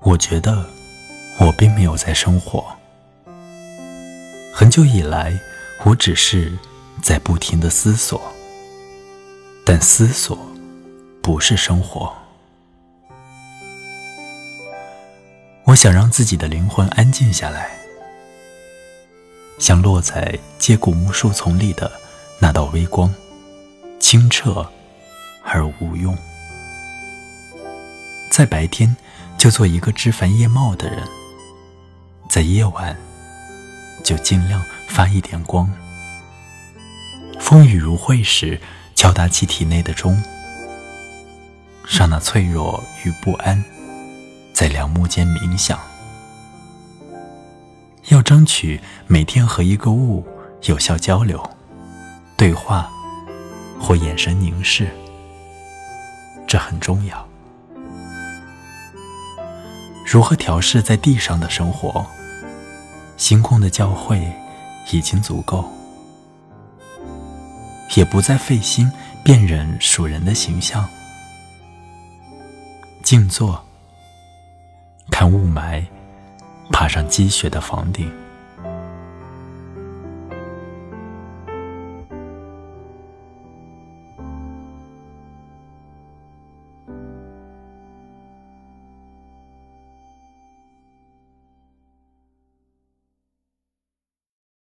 我觉得我并没有在生活。很久以来，我只是在不停地思索，但思索不是生活。我想让自己的灵魂安静下来，像落在接古木树丛里的那道微光，清澈而无用。在白天就做一个枝繁叶茂的人，在夜晚就尽量发一点光。风雨如晦时，敲打起体内的钟，让那脆弱与不安在两目间冥想。要争取每天和一个物有效交流、对话或眼神凝视，这很重要。如何调试在地上的生活？星空的教诲已经足够，也不再费心辨认属人的形象。静坐，看雾霾爬上积雪的房顶。